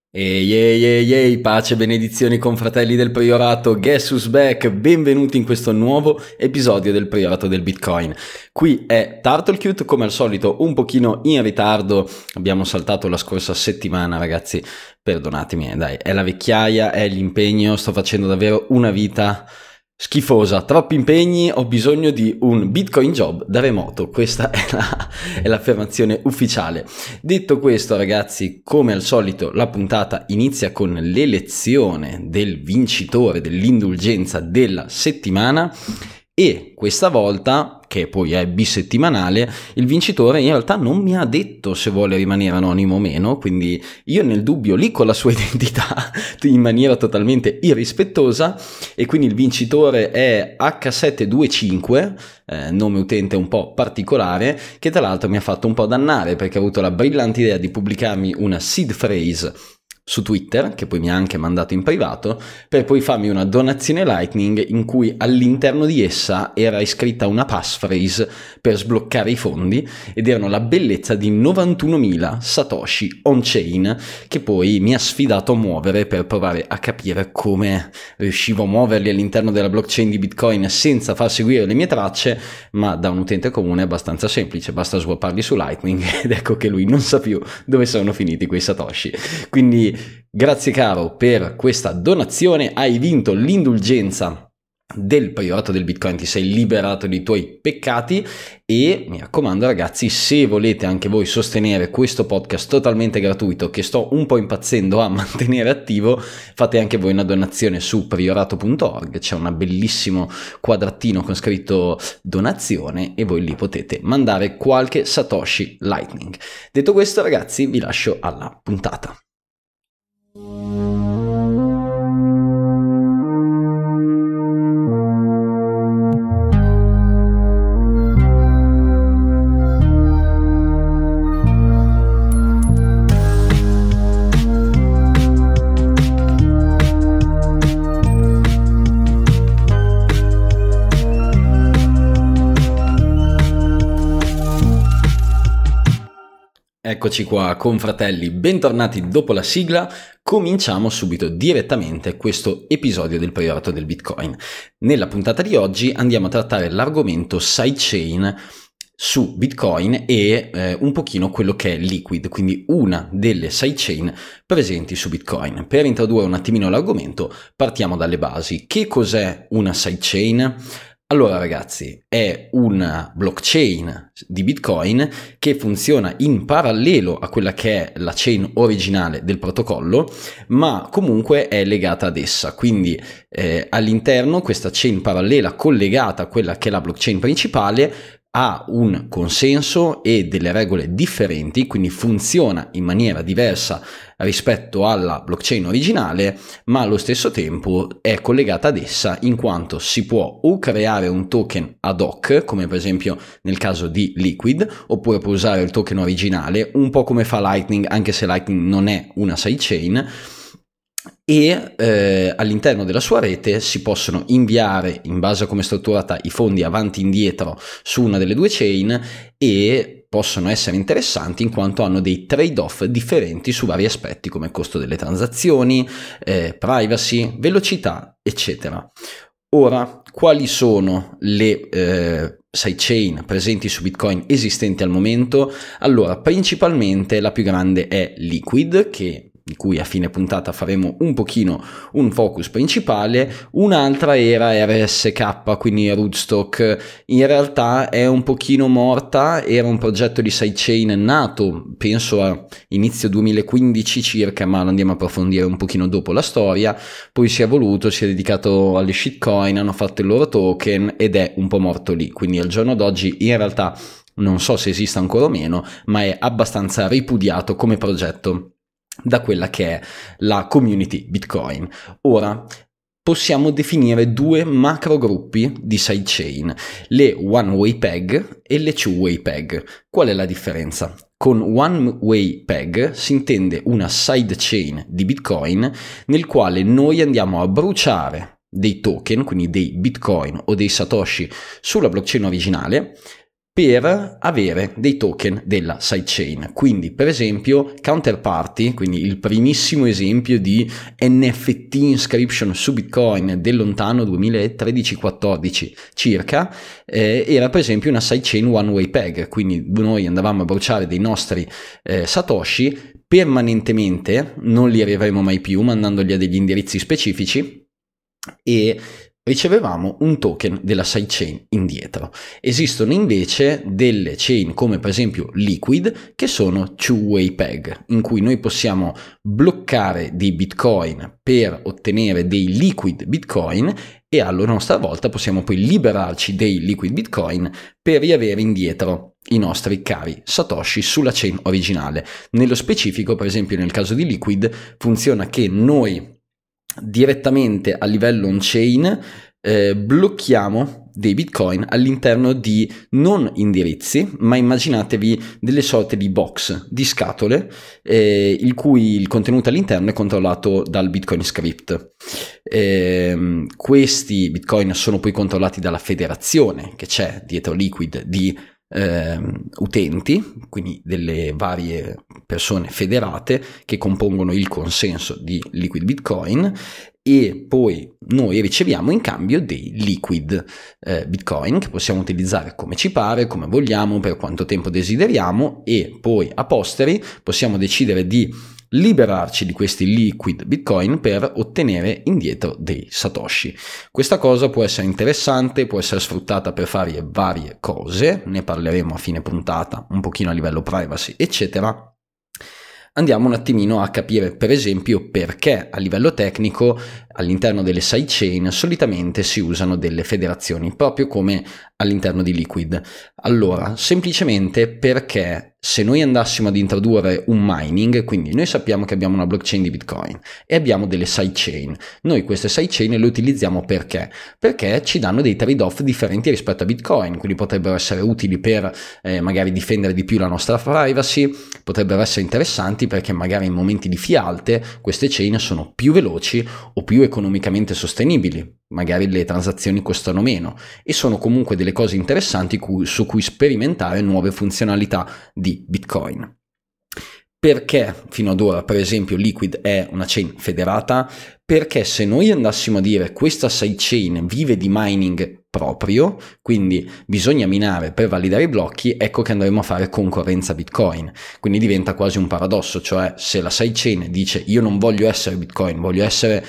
Ehi, ehi, ehi, ehi, pace e benedizioni confratelli del Priorato, guess who's back, benvenuti in questo nuovo episodio del Priorato del Bitcoin. Qui è Turtlecute, come al solito un pochino in ritardo, abbiamo saltato la scorsa settimana ragazzi, perdonatemi, dai, è la vecchiaia, è l'impegno, sto facendo davvero una vita schifosa, troppi impegni, ho bisogno di un Bitcoin job da remoto, questa è l'affermazione ufficiale. Detto questo ragazzi, come al solito la puntata inizia con l'elezione del vincitore dell'indulgenza della settimana e questa volta, che poi è bisettimanale, il vincitore in realtà non mi ha detto se vuole rimanere anonimo o meno, quindi io nel dubbio lì con la sua identità in maniera totalmente irrispettosa, e quindi il vincitore è H725, nome utente un po' particolare, che tra l'altro mi ha fatto un po' dannare perché ha avuto la brillante idea di pubblicarmi una seed phrase su Twitter, che poi mi ha anche mandato in privato, per poi farmi una donazione Lightning in cui all'interno di essa era iscritta una passphrase per sbloccare i fondi ed erano la bellezza di 91.000 Satoshi on-chain che poi mi ha sfidato a muovere per provare a capire come riuscivo a muoverli all'interno della blockchain di Bitcoin senza far seguire le mie tracce, ma da un utente comune è abbastanza semplice, basta swapparli su Lightning ed ecco che lui non sa più dove sono finiti quei Satoshi. Quindi grazie caro per questa donazione, hai vinto l'indulgenza del Priorato del Bitcoin, ti sei liberato dei tuoi peccati e mi raccomando ragazzi, se volete anche voi sostenere questo podcast totalmente gratuito che sto un po' impazzendo a mantenere attivo, fate anche voi una donazione su priorato.org, c'è un bellissimo quadratino con scritto donazione e voi lì potete mandare qualche Satoshi Lightning. Detto questo ragazzi, vi lascio alla puntata. Eccoci qua confratelli, bentornati dopo la sigla, cominciamo subito direttamente questo episodio del Priorato del Bitcoin. Nella puntata di oggi andiamo a trattare l'argomento sidechain su Bitcoin e un pochino quello che è Liquid, quindi una delle sidechain presenti su Bitcoin. Per introdurre un attimino l'argomento partiamo dalle basi. Che cos'è una sidechain? Allora ragazzi, è una blockchain di Bitcoin che funziona in parallelo a quella che è la chain originale del protocollo, ma comunque è legata ad essa, quindi all'interno questa chain parallela collegata a quella che è la blockchain principale ha un consenso e delle regole differenti, quindi funziona in maniera diversa rispetto alla blockchain originale, ma allo stesso tempo è collegata ad essa in quanto si può o creare un token ad hoc, come per esempio nel caso di Liquid, oppure può usare il token originale, un po' come fa Lightning, anche se Lightning non è una sidechain, e all'interno della sua rete si possono inviare, in base a come è strutturata, i fondi avanti e indietro su una delle due chain e possono essere interessanti in quanto hanno dei trade-off differenti su vari aspetti come costo delle transazioni, privacy, velocità, eccetera. Ora, quali sono le sidechain presenti su Bitcoin esistenti al momento? Allora, principalmente la più grande è Liquid, di cui a fine puntata faremo un pochino un focus principale. Un'altra era RSK, quindi Rootstock, in realtà è un pochino morta, era un progetto di sidechain nato penso a inizio 2015 circa, ma lo andiamo a approfondire un pochino dopo la storia. Poi si è evoluto, si è dedicato alle shitcoin, hanno fatto il loro token ed è un po' morto lì, quindi al giorno d'oggi in realtà non so se esista ancora o meno, ma è abbastanza ripudiato come progetto da quella che è la community Bitcoin. Ora possiamo definire due macro gruppi di sidechain, le one-way peg e le two-way peg. Qual è la differenza? Con one-way peg si intende una sidechain di Bitcoin nel quale noi andiamo a bruciare dei token, quindi dei Bitcoin o dei Satoshi sulla blockchain originale, per avere dei token della sidechain. Quindi per esempio Counterparty, quindi il primissimo esempio di NFT inscription su Bitcoin del lontano 2013-14 circa, era per esempio una sidechain one way peg, quindi noi andavamo a bruciare dei nostri satoshi permanentemente, non li avremo mai più mandandoli a degli indirizzi specifici, e ricevevamo un token della sidechain indietro. Esistono invece delle chain come per esempio Liquid che sono two-way peg, in cui noi possiamo bloccare dei bitcoin per ottenere dei liquid bitcoin e alla nostra volta possiamo poi liberarci dei liquid bitcoin per riavere indietro i nostri cari satoshi sulla chain originale. Nello specifico, per esempio nel caso di Liquid, funziona che noi direttamente a livello on-chain blocchiamo dei bitcoin all'interno di non indirizzi, ma immaginatevi delle sorte di box, di scatole, il cui il contenuto all'interno è controllato dal Bitcoin script. Questi bitcoin sono poi controllati dalla federazione che c'è dietro Liquid di utenti, quindi delle varie persone federate che compongono il consenso di Liquid Bitcoin, e poi noi riceviamo in cambio dei liquid bitcoin che possiamo utilizzare come ci pare, come vogliamo, per quanto tempo desideriamo, e poi a posteri possiamo decidere di liberarci di questi liquid bitcoin per ottenere indietro dei satoshi. Questa cosa può essere interessante, può essere sfruttata per fare varie cose, ne parleremo a fine puntata un pochino a livello privacy eccetera. Andiamo un attimino a capire per esempio perché a livello tecnico all'interno delle sidechain solitamente si usano delle federazioni proprio come all'interno di Liquid. Allora, semplicemente perché se noi andassimo ad introdurre un mining, quindi noi sappiamo che abbiamo una blockchain di Bitcoin e abbiamo delle sidechain, noi queste sidechain le utilizziamo perché? Perché ci danno dei trade-off differenti rispetto a Bitcoin, quindi potrebbero essere utili per magari difendere di più la nostra privacy, potrebbero essere interessanti perché magari in momenti di fialte queste chain sono più veloci o più economicamente sostenibili, magari le transazioni costano meno e sono comunque delle cose interessanti su cui sperimentare nuove funzionalità di Bitcoin. Perché fino ad ora per esempio Liquid è una chain federata? Perché se noi andassimo a dire questa sidechain vive di mining proprio, quindi bisogna minare per validare i blocchi, ecco che andremo a fare concorrenza Bitcoin. Quindi diventa quasi un paradosso, cioè se la sidechain dice io non voglio essere Bitcoin, voglio essere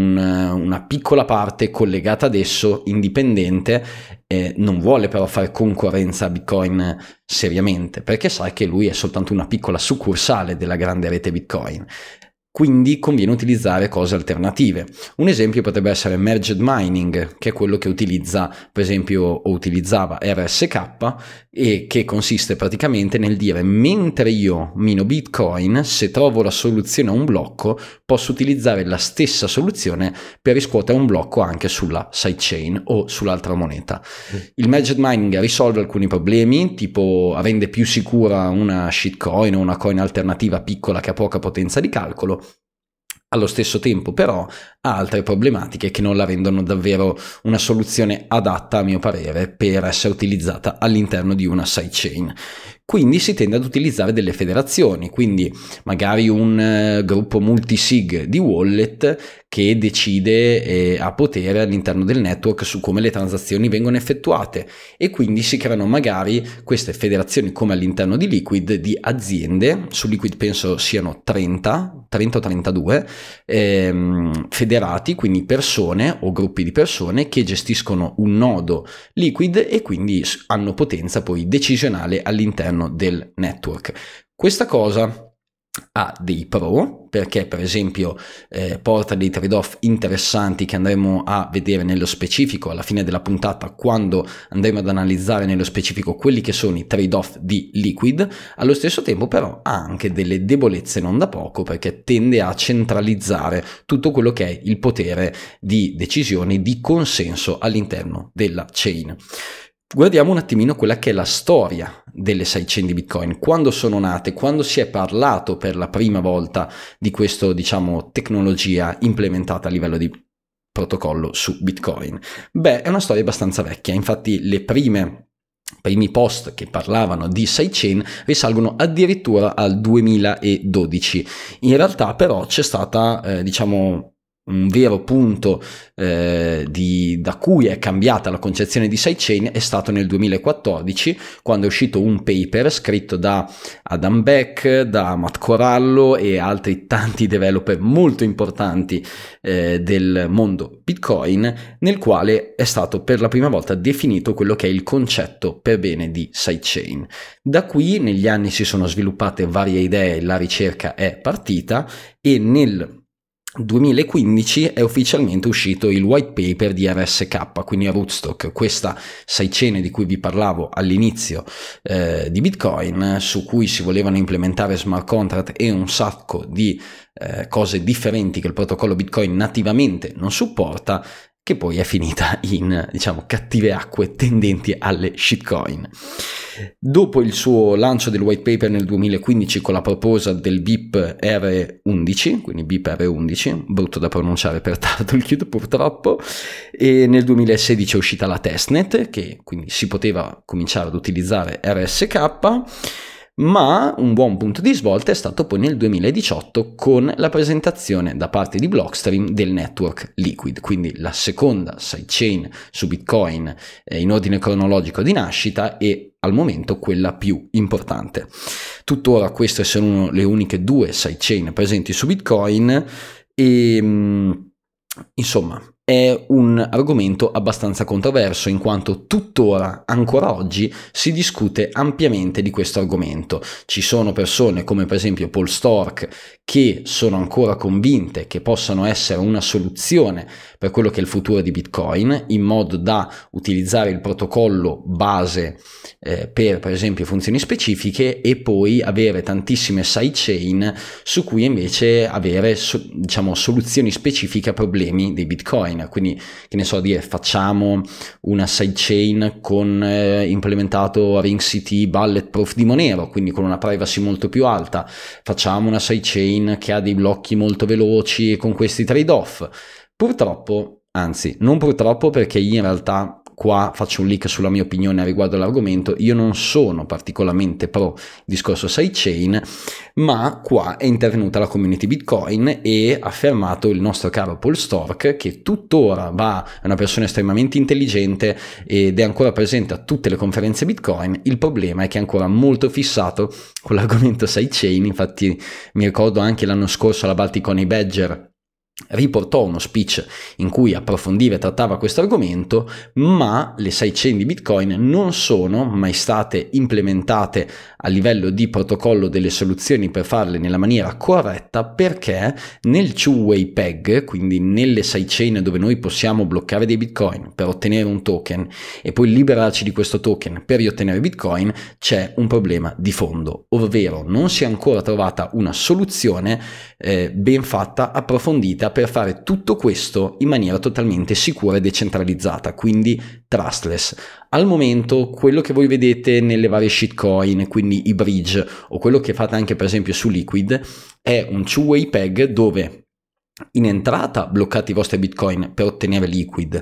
una piccola parte collegata ad esso, indipendente, non vuole però fare concorrenza a Bitcoin seriamente, perché sa che lui è soltanto una piccola succursale della grande rete Bitcoin. Quindi conviene utilizzare cose alternative. Un esempio potrebbe essere merged mining, che è quello che utilizza, per esempio, o utilizzava RSK, e che consiste praticamente nel dire mentre io mino Bitcoin, se trovo la soluzione a un blocco, posso utilizzare la stessa soluzione per riscuotere un blocco anche sulla sidechain o sull'altra moneta. Il merged mining risolve alcuni problemi, tipo rende più sicura una shitcoin o una coin alternativa piccola che ha poca potenza di calcolo. Allo stesso tempo però ha altre problematiche che non la rendono davvero una soluzione adatta a mio parere per essere utilizzata all'interno di una sidechain. Quindi si tende ad utilizzare delle federazioni, quindi magari un gruppo multisig di wallet che decide a potere all'interno del network su come le transazioni vengono effettuate, e quindi si creano magari queste federazioni come all'interno di Liquid di aziende. Su Liquid penso siano 30 o 32 federati, quindi persone o gruppi di persone che gestiscono un nodo Liquid e quindi hanno potenza poi decisionale all'interno del network. Questa cosa ha dei pro, perché per esempio porta dei trade-off interessanti che andremo a vedere nello specifico alla fine della puntata, quando andremo ad analizzare nello specifico quelli che sono i trade-off di Liquid. Allo stesso tempo però ha anche delle debolezze non da poco, perché tende a centralizzare tutto quello che è il potere di decisione, di consenso all'interno della chain. Guardiamo un attimino quella che è la storia delle sidechain di Bitcoin, quando sono nate, quando si è parlato per la prima volta di questo, tecnologia implementata a livello di protocollo su Bitcoin. Beh, è una storia abbastanza vecchia, infatti le prime primi post che parlavano di sidechain risalgono addirittura al 2012. In realtà però c'è stata un vero punto da cui è cambiata la concezione di sidechain è stato nel 2014, quando è uscito un paper scritto da Adam Back, da Matt Corallo e altri tanti developer molto importanti del mondo Bitcoin, nel quale è stato per la prima volta definito quello che è il concetto per bene di sidechain. Da qui negli anni si sono sviluppate varie idee, la ricerca è partita e nel 2015 è ufficialmente uscito il white paper di RSK, quindi Rootstock, questa sidechain di cui vi parlavo all'inizio di Bitcoin, su cui si volevano implementare smart contract e un sacco di cose differenti che il protocollo Bitcoin nativamente non supporta, che poi è finita in, cattive acque tendenti alle shitcoin. Dopo il suo lancio del white paper nel 2015 con la proposal del BIP R11, quindi BIP R11, brutto da pronunciare per TurtleCube purtroppo, e nel 2016 è uscita la testnet, che quindi si poteva cominciare ad utilizzare RSK, ma un buon punto di svolta è stato poi nel 2018 con la presentazione da parte di Blockstream del network Liquid, quindi la seconda sidechain su Bitcoin in ordine cronologico di nascita e al momento quella più importante. Tuttora queste sono le uniche due sidechain presenti su Bitcoin e insomma è un argomento abbastanza controverso, in quanto tuttora, ancora oggi, si discute ampiamente di questo argomento. Ci sono persone come per esempio Paul Stork che sono ancora convinte che possano essere una soluzione per quello che è il futuro di Bitcoin, in modo da utilizzare il protocollo base per esempio funzioni specifiche e poi avere tantissime sidechain su cui invece avere soluzioni specifiche a problemi dei Bitcoin. Quindi che ne so dire, facciamo una sidechain con implementato Ring CT bulletproof di Monero, quindi con una privacy molto più alta, facciamo una sidechain che ha dei blocchi molto veloci con questi trade-off. Purtroppo, anzi non purtroppo, perché io in realtà qua faccio un leak sulla mia opinione riguardo all'argomento, io non sono particolarmente pro discorso sidechain, ma qua è intervenuta la community Bitcoin e ha affermato il nostro caro Paul Stork, che tuttora è una persona estremamente intelligente ed è ancora presente a tutte le conferenze Bitcoin. Il problema è che è ancora molto fissato con l'argomento sidechain. Infatti mi ricordo anche l'anno scorso alla Baltic Honey Badger riportò uno speech in cui approfondiva e trattava questo argomento, ma le sidechain di Bitcoin non sono mai state implementate a livello di protocollo delle soluzioni per farle nella maniera corretta, perché nel two-way peg, quindi nelle sidechain dove noi possiamo bloccare dei Bitcoin per ottenere un token e poi liberarci di questo token per riottenere Bitcoin, c'è un problema di fondo, ovvero non si è ancora trovata una soluzione ben fatta, approfondita, per fare tutto questo in maniera totalmente sicura e decentralizzata, quindi trustless. Al momento quello che voi vedete nelle varie shitcoin, quindi i bridge, o quello che fate anche per esempio su Liquid, è un two-way peg dove in entrata bloccate i vostri Bitcoin per ottenere Liquid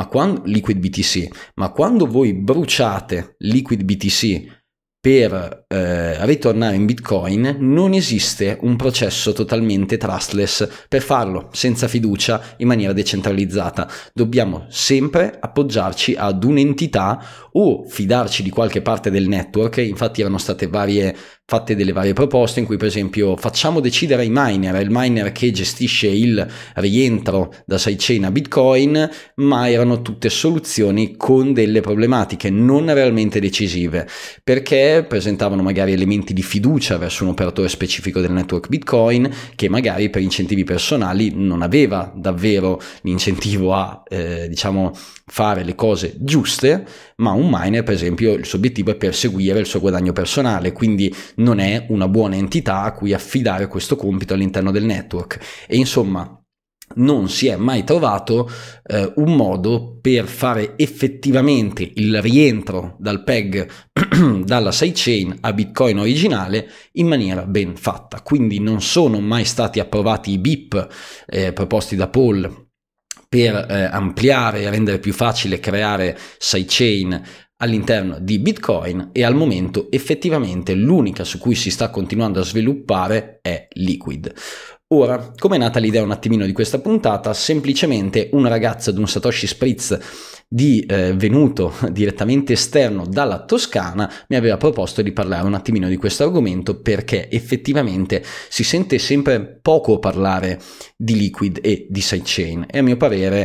BTC, ma quando voi bruciate Liquid BTC per ritornare in Bitcoin, non esiste un processo totalmente trustless per farlo senza fiducia in maniera decentralizzata. Dobbiamo sempre appoggiarci ad un'entità o fidarci di qualche parte del network. Infatti erano state fatte delle varie proposte in cui per esempio facciamo decidere ai miner, il miner che gestisce il rientro da sidechain a Bitcoin, ma erano tutte soluzioni con delle problematiche non realmente decisive, perché presentavano magari elementi di fiducia verso un operatore specifico del network Bitcoin che magari per incentivi personali non aveva davvero l'incentivo a fare le cose giuste, ma un miner per esempio il suo obiettivo è perseguire il suo guadagno personale, quindi non è una buona entità a cui affidare questo compito all'interno del network. E insomma non si è mai trovato un modo per fare effettivamente il rientro dal peg dalla sidechain a Bitcoin originale in maniera ben fatta. Quindi non sono mai stati approvati i BIP proposti da Paul per ampliare e rendere più facile creare sidechain all'interno di Bitcoin e al momento effettivamente l'unica su cui si sta continuando a sviluppare è Liquid. Ora, come è nata l'idea un attimino di questa puntata? Semplicemente un ragazzo di un Satoshi Spritz venuto direttamente esterno dalla Toscana mi aveva proposto di parlare un attimino di questo argomento, perché effettivamente si sente sempre poco parlare di Liquid e di sidechain, e a mio parere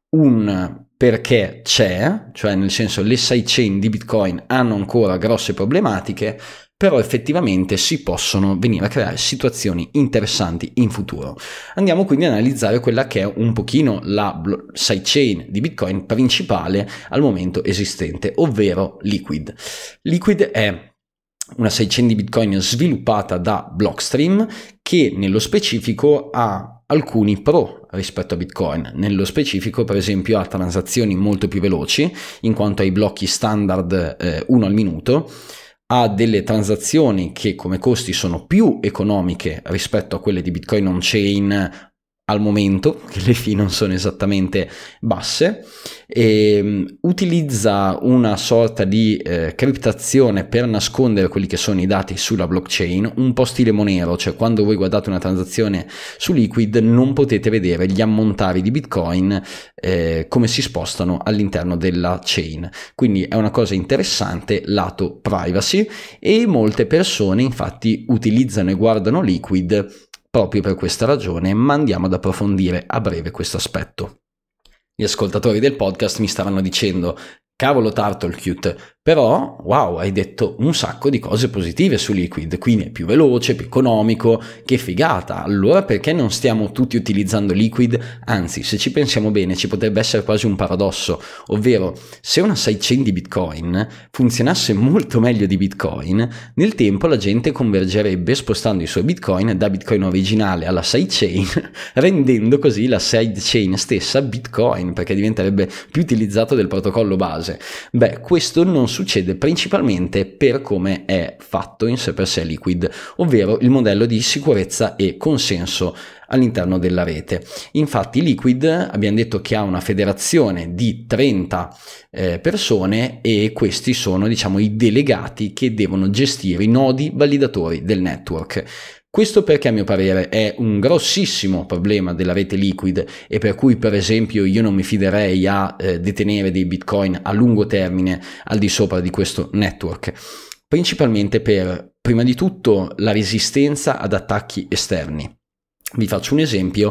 un perché c'è, cioè nel senso le sidechain di Bitcoin hanno ancora grosse problematiche, però effettivamente si possono venire a creare situazioni interessanti in futuro. Andiamo quindi ad analizzare quella che è un pochino la sidechain di Bitcoin principale al momento esistente, ovvero Liquid. Liquid è una sidechain di Bitcoin sviluppata da Blockstream che nello specifico ha alcuni pro rispetto a Bitcoin. Nello specifico, per esempio, ha transazioni molto più veloci in quanto ai blocchi standard 1 al minuto, ha delle transazioni che come costi sono più economiche rispetto a quelle di Bitcoin on-chain al momento, che le fee non sono esattamente basse, e utilizza una sorta di criptazione per nascondere quelli che sono i dati sulla blockchain, un po' stile Monero, cioè quando voi guardate una transazione su Liquid non potete vedere gli ammontari di Bitcoin come si spostano all'interno della chain, quindi è una cosa interessante lato privacy, e molte persone infatti utilizzano e guardano Liquid proprio per questa ragione, ma andiamo ad approfondire a breve questo aspetto. Gli ascoltatori del podcast mi staranno dicendo: cavolo Turtlecute, però wow, hai detto un sacco di cose positive su Liquid, quindi è più veloce, più economico, che figata. Allora perché non stiamo tutti utilizzando Liquid? Anzi, se ci pensiamo bene ci potrebbe essere quasi un paradosso, ovvero se una sidechain di Bitcoin funzionasse molto meglio di Bitcoin, nel tempo la gente convergerebbe spostando i suoi Bitcoin da Bitcoin originale alla sidechain, rendendo così la sidechain stessa Bitcoin, perché diventerebbe più utilizzato del protocollo base. Beh, questo non succede principalmente per come è fatto in sé per sé Liquid, ovvero il modello di sicurezza e consenso all'interno della rete. Infatti Liquid abbiamo detto che ha una federazione di 30 persone, e questi sono, diciamo, i delegati che devono gestire i nodi validatori del network. Questo perché a mio parere è un grossissimo problema della rete Liquid, e per cui per esempio io non mi fiderei a detenere dei Bitcoin a lungo termine al di sopra di questo network, principalmente per, prima di tutto, la resistenza ad attacchi esterni. Vi faccio un esempio: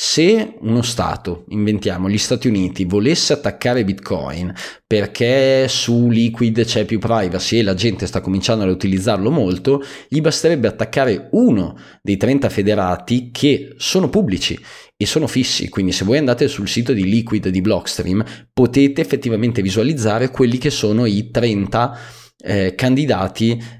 se uno Stato, inventiamo gli Stati Uniti, volesse attaccare Bitcoin perché su Liquid c'è più privacy e la gente sta cominciando ad utilizzarlo molto, gli basterebbe attaccare uno dei 30 federati che sono pubblici e sono fissi. Quindi se voi andate sul sito di Liquid di Blockstream potete effettivamente visualizzare quelli che sono i 30 candidati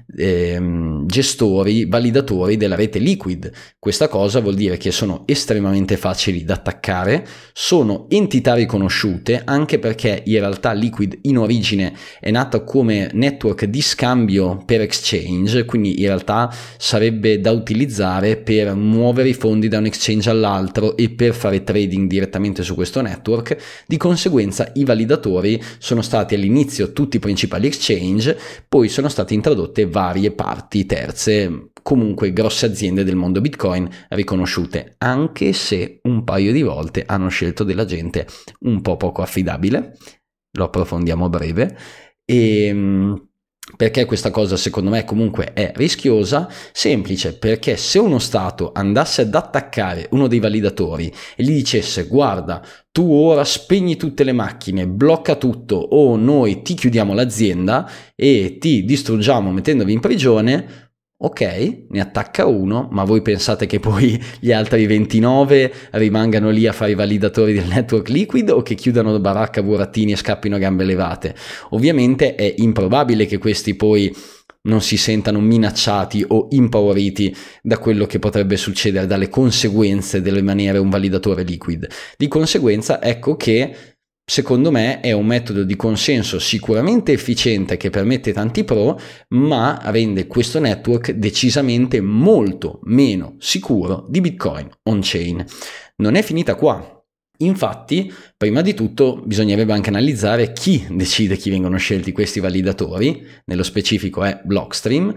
gestori, validatori della rete Liquid. Questa cosa vuol dire che sono estremamente facili da attaccare, sono entità riconosciute, anche perché in realtà Liquid in origine è nata come network di scambio per exchange, quindi in realtà sarebbe da utilizzare per muovere i fondi da un exchange all'altro e per fare trading direttamente su questo network. Di conseguenza i validatori sono stati all'inizio tutti i principali exchange, poi sono state introdotte varie parti terze, comunque grosse aziende del mondo Bitcoin riconosciute, anche se un paio di volte hanno scelto della gente un po' poco affidabile. Lo approfondiamo a breve. Perché questa cosa secondo me comunque è rischiosa? Semplice, perché se uno Stato andasse ad attaccare uno dei validatori e gli dicesse: guarda, tu ora spegni tutte le macchine, blocca tutto, o noi ti chiudiamo l'azienda e ti distruggiamo mettendovi in prigione, ok, ne attacca uno, ma voi pensate che poi gli altri 29 rimangano lì a fare i validatori del network Liquid, o che chiudano baracca burattini e scappino a gambe levate? Ovviamente è improbabile che questi poi non si sentano minacciati o impauriti da quello che potrebbe succedere, dalle conseguenze del rimanere un validatore Liquid. Di conseguenza ecco che secondo me è un metodo di consenso sicuramente efficiente, che permette tanti pro, ma rende questo network decisamente molto meno sicuro di Bitcoin on-chain. Non è finita qua. Infatti, prima di tutto bisognerebbe anche analizzare chi decide chi vengono scelti questi validatori, nello specifico è Blockstream,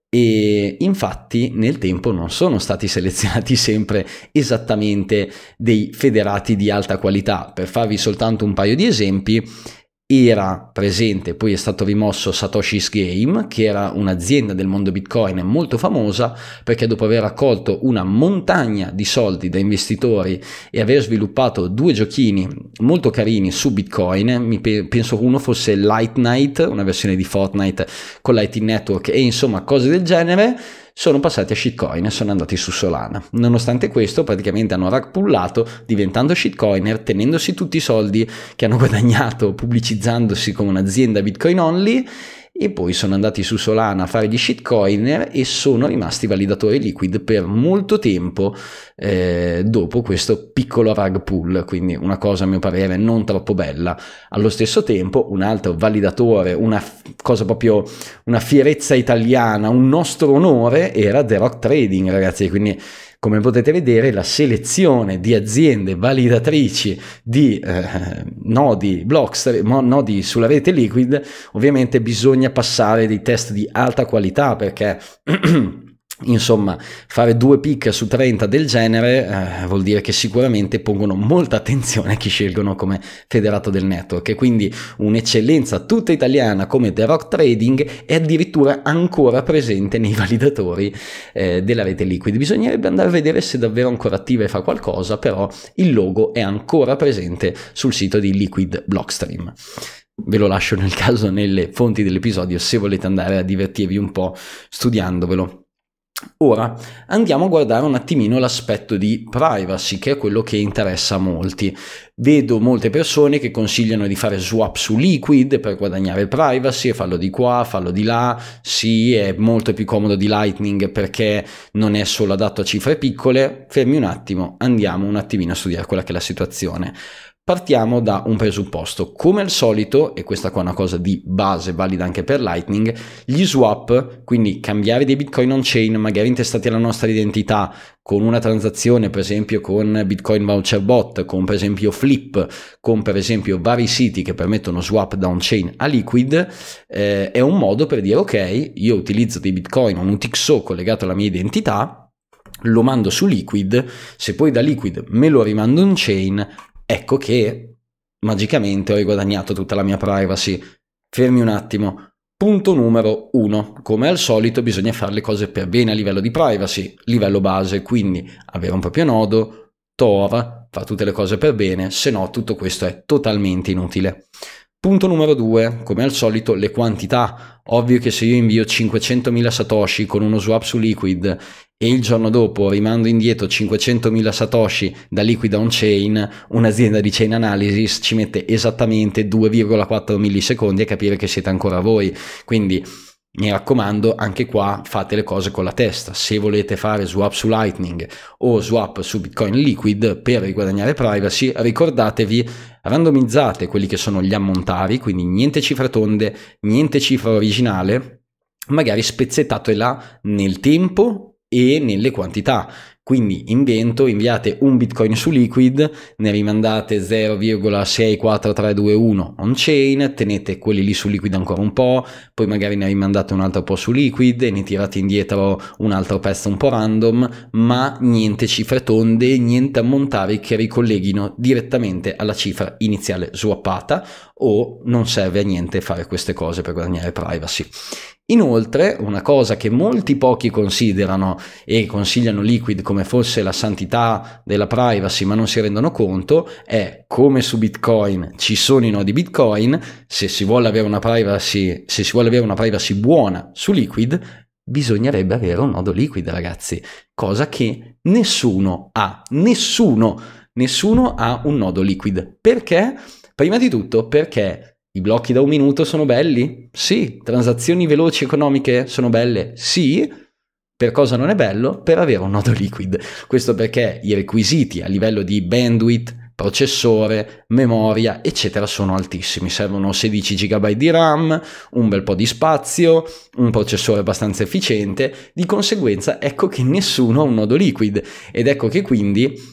e infatti nel tempo non sono stati selezionati sempre esattamente dei federati di alta qualità. Per farvi soltanto un paio di esempi, era presente, poi è stato rimosso Satoshi's Game, che era un'azienda del mondo Bitcoin molto famosa perché dopo aver raccolto una montagna di soldi da investitori e aver sviluppato 2 giochini molto carini su Bitcoin, penso uno fosse Light Night, una versione di Fortnite con Lightning Network e insomma cose del genere, sono passati a shitcoin e sono andati su Solana. Nonostante questo praticamente hanno ragpullato diventando shitcoiner, tenendosi tutti i soldi che hanno guadagnato pubblicizzandosi come un'azienda Bitcoin only, e poi sono andati su Solana a fare gli shitcoiner e sono rimasti validatori liquid per molto tempo dopo questo piccolo rug pull, quindi una cosa a mio parere non troppo bella. Allo stesso tempo un altro validatore, una cosa proprio, una fierezza italiana, un nostro onore, era The Rock Trading, ragazzi, quindi come potete vedere la selezione di aziende validatrici di nodi nodi sulla rete Liquid, ovviamente bisogna passare dei test di alta qualità perché insomma fare 2 pick su 30 del genere vuol dire che sicuramente pongono molta attenzione a chi scelgono come federato del network, e quindi un'eccellenza tutta italiana come The Rock Trading è addirittura ancora presente nei validatori della rete Liquid. Bisognerebbe andare a vedere se è davvero ancora attiva e fa qualcosa, però il logo è ancora presente sul sito di Liquid Blockstream. Ve lo lascio nel caso nelle fonti dell'episodio se volete andare a divertirvi un po' studiandovelo. Ora andiamo a guardare un attimino l'aspetto di privacy, che è quello che interessa a molti. Vedo molte persone che consigliano di fare swap su Liquid per guadagnare privacy e farlo di qua, farlo di là. Sì, è molto più comodo di Lightning perché non è solo adatto a cifre piccole. Fermi un attimo, andiamo un attimino a studiare quella che è la situazione. Partiamo da un presupposto. Come al solito, e questa qua è una cosa di base valida anche per Lightning, gli swap, quindi cambiare dei Bitcoin on-chain magari intestati alla nostra identità con una transazione, per esempio con Bitcoin Voucher Bot, con per esempio Flip, con per esempio vari siti che permettono swap da on-chain a Liquid, è un modo per dire ok, io utilizzo dei Bitcoin, un UTXO collegato alla mia identità, lo mando su Liquid, se poi da Liquid me lo rimando on-chain, ecco che magicamente ho riguadagnato tutta la mia privacy. Fermi un attimo. Punto numero 1. Come al solito bisogna fare le cose per bene a livello di privacy, livello base, quindi avere un proprio nodo, Tor, fare tutte le cose per bene, se no tutto questo è totalmente inutile. Punto numero 2, come al solito le quantità. Ovvio che se io invio 500.000 Satoshi con uno swap su Liquid e il giorno dopo rimando indietro 500.000 Satoshi da Liquid on-chain, un'azienda di chain analysis ci mette esattamente 2,4 millisecondi a capire che siete ancora voi. Quindi mi raccomando, anche qua fate le cose con la testa. Se volete fare swap su Lightning o swap su Bitcoin Liquid per riguadagnare privacy, ricordatevi, randomizzate quelli che sono gli ammontari, quindi niente cifre tonde, niente cifra originale, magari spezzettatela nel tempo e nelle quantità. Quindi inviate un Bitcoin su Liquid, ne rimandate 0,64321 on-chain, tenete quelli lì su Liquid ancora un po', poi magari ne rimandate un altro po' su Liquid e ne tirate indietro un altro pezzo un po' random, ma niente cifre tonde, niente ammontari che ricolleghino direttamente alla cifra iniziale swappata, o non serve a niente fare queste cose per guadagnare privacy. Inoltre, una cosa che molti pochi considerano e consigliano Liquid come fosse la santità della privacy, ma non si rendono conto, è come su Bitcoin ci sono i nodi Bitcoin, se si vuole avere una privacy buona su Liquid, bisognerebbe avere un nodo Liquid, ragazzi, cosa che nessuno ha. Nessuno ha un nodo Liquid. Perché? Prima di tutto perché i blocchi da 1 minuto sono belli? Sì. Transazioni veloci economiche sono belle? Sì. Per cosa non è bello? Per avere un nodo Liquid. Questo perché i requisiti a livello di bandwidth, processore, memoria, eccetera sono altissimi. Servono 16 GB di RAM, un bel po' di spazio, un processore abbastanza efficiente. Di conseguenza ecco che nessuno ha un nodo Liquid ed ecco che quindi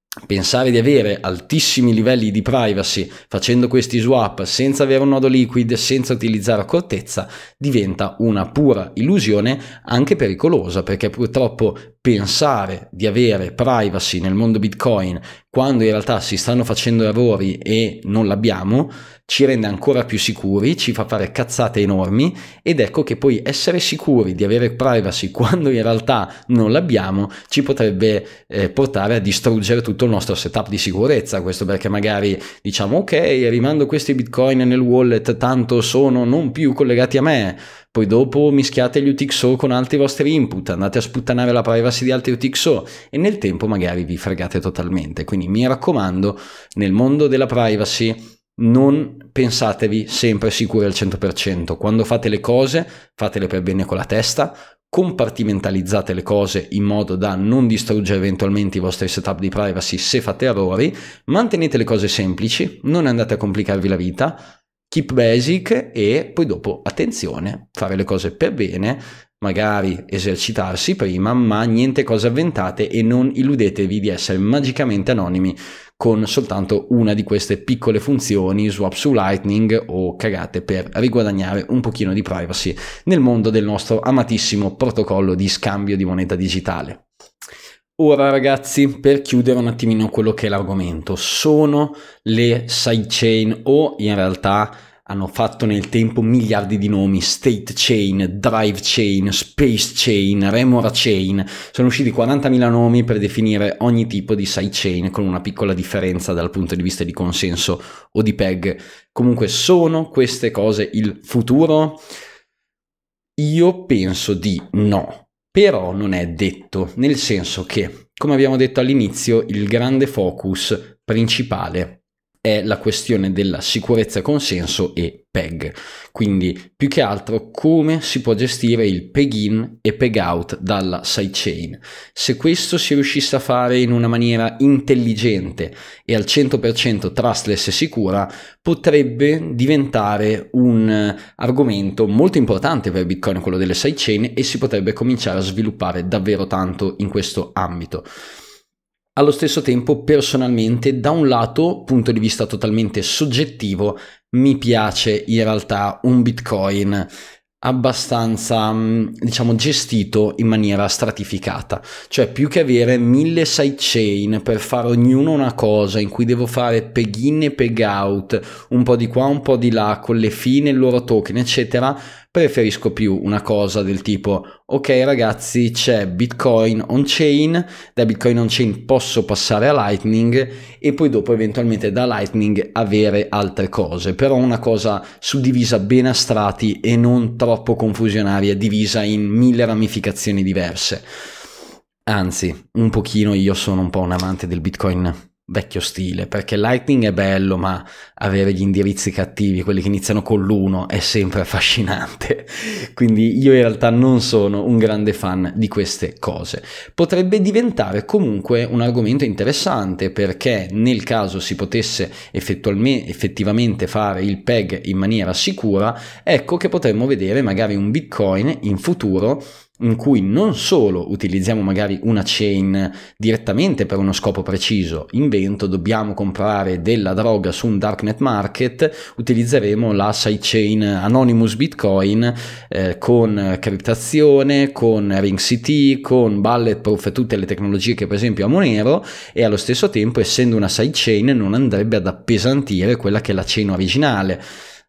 pensare di avere altissimi livelli di privacy facendo questi swap senza avere un nodo Liquid, senza utilizzare accortezza, diventa una pura illusione, anche pericolosa, perché purtroppo pensare di avere privacy nel mondo Bitcoin quando in realtà si stanno facendo errori e non l'abbiamo ci rende ancora più sicuri, ci fa fare cazzate enormi, ed ecco che poi essere sicuri di avere privacy quando in realtà non l'abbiamo ci potrebbe portare a distruggere tutto il nostro setup di sicurezza. Questo perché magari diciamo ok, rimando questi bitcoin nel wallet tanto sono non più collegati a me, poi dopo mischiate gli UTXO con altri vostri input, andate a sputtanare la privacy di altri UTXO e nel tempo magari vi fregate totalmente. Quindi mi raccomando, nel mondo della privacy non pensatevi sempre sicuri al 100%. Quando fate le cose, fatele per bene con la testa, compartimentalizzate le cose in modo da non distruggere eventualmente i vostri setup di privacy se fate errori, mantenete le cose semplici, non andate a complicarvi la vita, keep basic e poi dopo attenzione, fare le cose per bene, magari esercitarsi prima, ma niente cose avventate e non illudetevi di essere magicamente anonimi con soltanto una di queste piccole funzioni, swap su Lightning o cagate per riguadagnare un pochino di privacy nel mondo del nostro amatissimo protocollo di scambio di moneta digitale. Ora ragazzi, per chiudere un attimino quello che è l'argomento, sono le sidechain, o in realtà hanno fatto nel tempo miliardi di nomi: state chain, drive chain, space chain, remora chain. Sono usciti 40.000 nomi per definire ogni tipo di sidechain, con una piccola differenza dal punto di vista di consenso o di peg. Comunque, sono queste cose il futuro? Io penso di no, però non è detto, nel senso che, come abbiamo detto all'inizio, il grande focus principale è la questione della sicurezza, consenso e peg. Quindi più che altro come si può gestire il peg in e peg out dalla sidechain. Se questo si riuscisse a fare in una maniera intelligente e al 100% trustless e sicura, potrebbe diventare un argomento molto importante per Bitcoin, quello delle sidechain, e si potrebbe cominciare a sviluppare davvero tanto in questo ambito. Allo stesso tempo, personalmente, da un lato, punto di vista totalmente soggettivo, mi piace in realtà un Bitcoin abbastanza, diciamo, gestito in maniera stratificata, cioè più che avere 1000 sidechain per fare ognuno una cosa in cui devo fare peg in e peg out, un po' di qua un po' di là, con le fee nel loro token eccetera, preferisco più una cosa del tipo: ok ragazzi, c'è Bitcoin on chain, da Bitcoin on chain posso passare a Lightning e poi dopo eventualmente da Lightning avere altre cose, però una cosa suddivisa bene a strati e non troppo confusionaria, divisa in 1000 ramificazioni diverse. Anzi, un pochino io sono un po' un amante del Bitcoin vecchio stile, perché Lightning è bello, ma avere gli indirizzi cattivi, quelli che iniziano con l'1, è sempre affascinante. Quindi io in realtà non sono un grande fan di queste cose. Potrebbe diventare comunque un argomento interessante, perché nel caso si potesse effettivamente fare il peg in maniera sicura, ecco che potremmo vedere magari un Bitcoin in futuro in cui non solo utilizziamo magari una chain direttamente per uno scopo preciso, invento dobbiamo comprare della droga su un darknet market, utilizzeremo la sidechain Anonymous Bitcoin con criptazione, con RingCT, con bulletproof e tutte le tecnologie che per esempio ha Monero, e allo stesso tempo, essendo una sidechain, non andrebbe ad appesantire quella che è la chain originale.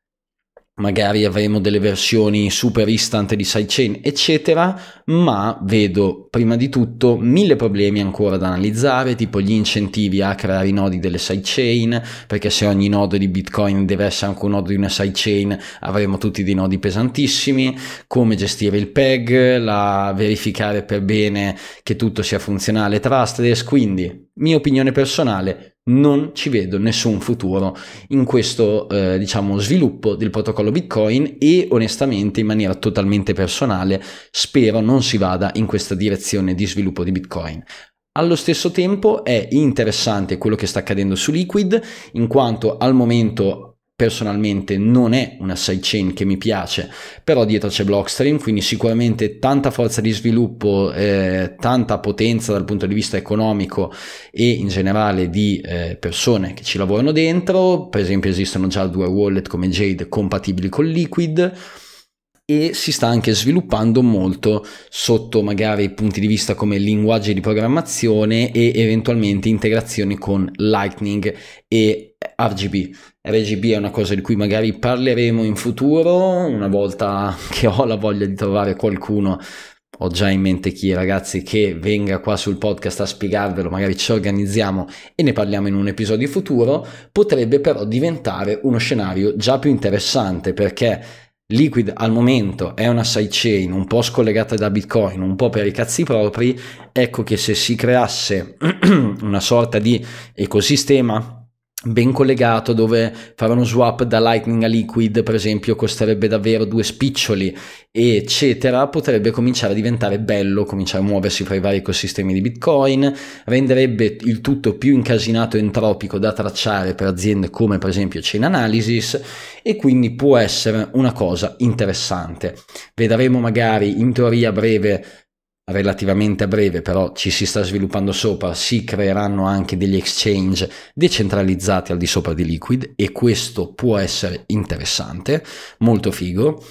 Magari avremo delle versioni super instant di sidechain eccetera, ma vedo prima di tutto 1000 problemi ancora da analizzare, tipo gli incentivi a creare i nodi delle sidechain, perché se ogni nodo di Bitcoin deve essere anche un nodo di una sidechain avremo tutti dei nodi pesantissimi, come gestire il peg, la verificare per bene che tutto sia funzionale e trustless. Quindi mia opinione personale, non ci vedo nessun futuro in questo diciamo sviluppo del protocollo Bitcoin, e onestamente in maniera totalmente personale spero non si vada in questa direzione di sviluppo di Bitcoin. Allo stesso tempo è interessante quello che sta accadendo su Liquid, in quanto al momento personalmente non è una sidechain che mi piace, però dietro c'è Blockstream, quindi sicuramente tanta forza di sviluppo, tanta potenza dal punto di vista economico e in generale di persone che ci lavorano dentro. Per esempio esistono già due wallet come Jade compatibili con Liquid, e si sta anche sviluppando molto sotto magari punti di vista come linguaggi di programmazione e eventualmente integrazioni con Lightning e RGB. RGB è una cosa di cui magari parleremo in futuro, una volta che ho la voglia di trovare qualcuno. Ho già in mente chi, ragazzi, che venga qua sul podcast a spiegarvelo, magari ci organizziamo e ne parliamo in un episodio futuro. Potrebbe però diventare uno scenario già più interessante, perché Liquid al momento è una sidechain un po' scollegata da Bitcoin, un po' per i cazzi propri. Ecco che se si creasse una sorta di ecosistema ben collegato dove fare uno swap da Lightning a Liquid, per esempio, costerebbe davvero 2 spiccioli, eccetera, potrebbe cominciare a diventare bello, cominciare a muoversi fra i vari ecosistemi di Bitcoin, renderebbe il tutto più incasinato e entropico da tracciare per aziende come per esempio Chainalysis, e quindi può essere una cosa interessante. Vedremo magari in teoria breve, relativamente a breve, però ci si sta sviluppando sopra, si creeranno anche degli exchange decentralizzati al di sopra di Liquid, e questo può essere interessante, molto figo,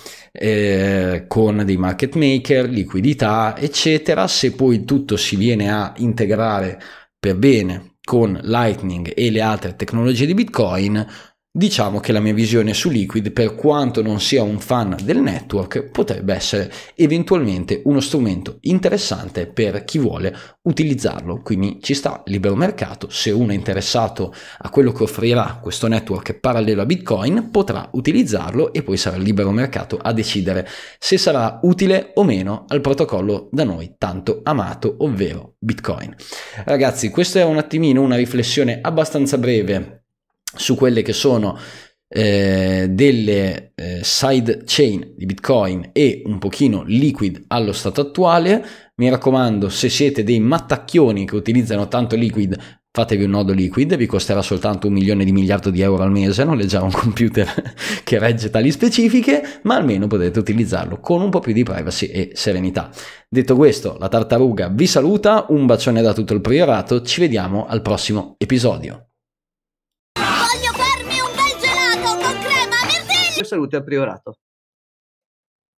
con dei market maker, liquidità, eccetera. Se poi tutto si viene a integrare per bene con Lightning e le altre tecnologie di Bitcoin, diciamo che la mia visione su Liquid, per quanto non sia un fan del network, potrebbe essere eventualmente uno strumento interessante per chi vuole utilizzarlo. Quindi ci sta libero mercato, se uno è interessato a quello che offrirà questo network parallelo a Bitcoin potrà utilizzarlo, e poi sarà il libero mercato a decidere se sarà utile o meno al protocollo da noi tanto amato, ovvero Bitcoin. Ragazzi, questa è un attimino una riflessione abbastanza breve su quelle che sono delle side chain di Bitcoin e un pochino Liquid allo stato attuale. Mi raccomando, se siete dei mattacchioni che utilizzano tanto Liquid, fatevi un nodo Liquid, vi costerà soltanto 1 milione di miliardo di euro al mese noleggiare un computer che regge tali specifiche, ma almeno potete utilizzarlo con un po' più di privacy e serenità. Detto questo, la tartaruga vi saluta, un bacione da tutto il priorato, ci vediamo al prossimo episodio. Salute al priorato.